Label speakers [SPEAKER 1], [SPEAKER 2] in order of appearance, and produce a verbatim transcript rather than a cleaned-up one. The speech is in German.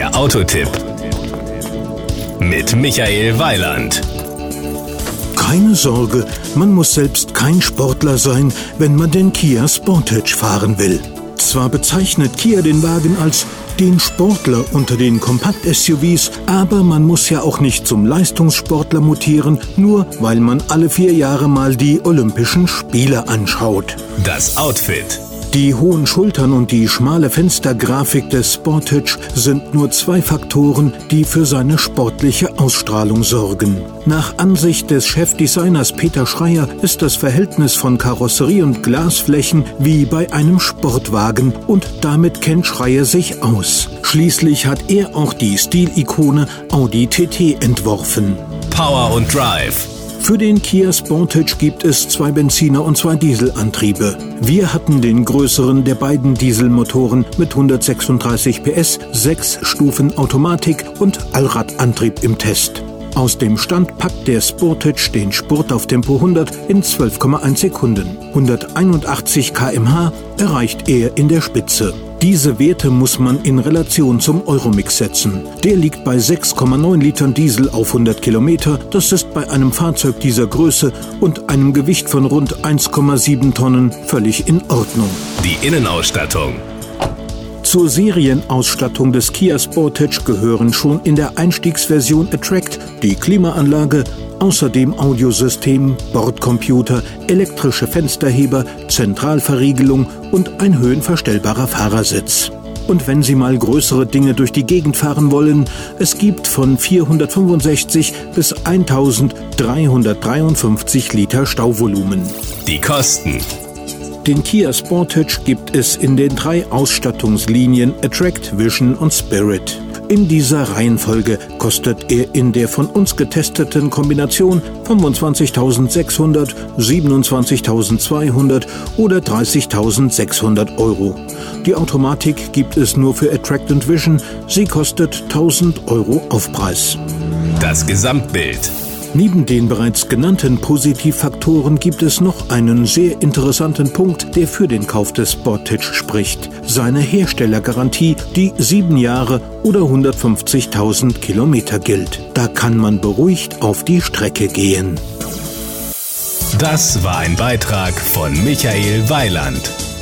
[SPEAKER 1] Der Autotipp mit Michael Weiland.
[SPEAKER 2] Keine Sorge, man muss selbst kein Sportler sein, wenn man den Kia Sportage fahren will. Zwar bezeichnet Kia den Wagen als den Sportler unter den Kompakt-S U Vs, aber man muss ja auch nicht zum Leistungssportler mutieren, nur weil man alle vier Jahre mal die Olympischen Spiele anschaut.
[SPEAKER 1] Das Outfit.
[SPEAKER 2] Die hohen Schultern und die schmale Fenstergrafik des Sportage sind nur zwei Faktoren, die für seine sportliche Ausstrahlung sorgen. Nach Ansicht des Chefdesigners Peter Schreier ist das Verhältnis von Karosserie und Glasflächen wie bei einem Sportwagen und damit kennt Schreier sich aus. Schließlich hat er auch die Stilikone Audi T T entworfen.
[SPEAKER 1] Power und Drive.
[SPEAKER 2] Für den Kia Sportage gibt es zwei Benziner- und zwei Dieselantriebe. Wir hatten den größeren der beiden Dieselmotoren mit hundertsechsunddreißig P S, sechs Stufen Automatik und Allradantrieb im Test. Aus dem Stand packt der Sportage den Spurt auf Tempo hundert in zwölf Komma eins Sekunden. hunderteinundachtzig Kilometer pro Stunde erreicht er in der Spitze. Diese Werte muss man in Relation zum Euromix setzen. Der liegt bei sechs Komma neun Litern Diesel auf hundert Kilometer. Das ist bei einem Fahrzeug dieser Größe und einem Gewicht von rund eins Komma sieben Tonnen völlig in Ordnung.
[SPEAKER 1] Die Innenausstattung.
[SPEAKER 2] Zur Serienausstattung des Kia Sportage gehören schon in der Einstiegsversion Attract die Klimaanlage, außerdem Audiosystem, Bordcomputer, elektrische Fensterheber, Zentralverriegelung und ein höhenverstellbarer Fahrersitz. Und wenn Sie mal größere Dinge durch die Gegend fahren wollen, es gibt von vierhundertfünfundsechzig bis eintausenddreihundertdreiundfünfzig Liter Stauvolumen.
[SPEAKER 1] Die Kosten.
[SPEAKER 2] Den Kia Sportage gibt es in den drei Ausstattungslinien Attract, Vision und Spirit. In dieser Reihenfolge kostet er in der von uns getesteten Kombination fünfundzwanzigtausendsechshundert, siebenundzwanzigtausendzweihundert oder dreißigtausendsechshundert Euro. Die Automatik gibt es nur für Attract und Vision. Sie kostet tausend Euro Aufpreis.
[SPEAKER 1] Das Gesamtbild.
[SPEAKER 2] Neben den bereits genannten Positivfaktoren gibt es noch einen sehr interessanten Punkt, der für den Kauf des Sportage spricht. Seine Herstellergarantie, die sieben Jahre oder hundertfünfzigtausend Kilometer gilt. Da kann man beruhigt auf die Strecke gehen.
[SPEAKER 1] Das war ein Beitrag von Michael Weiland.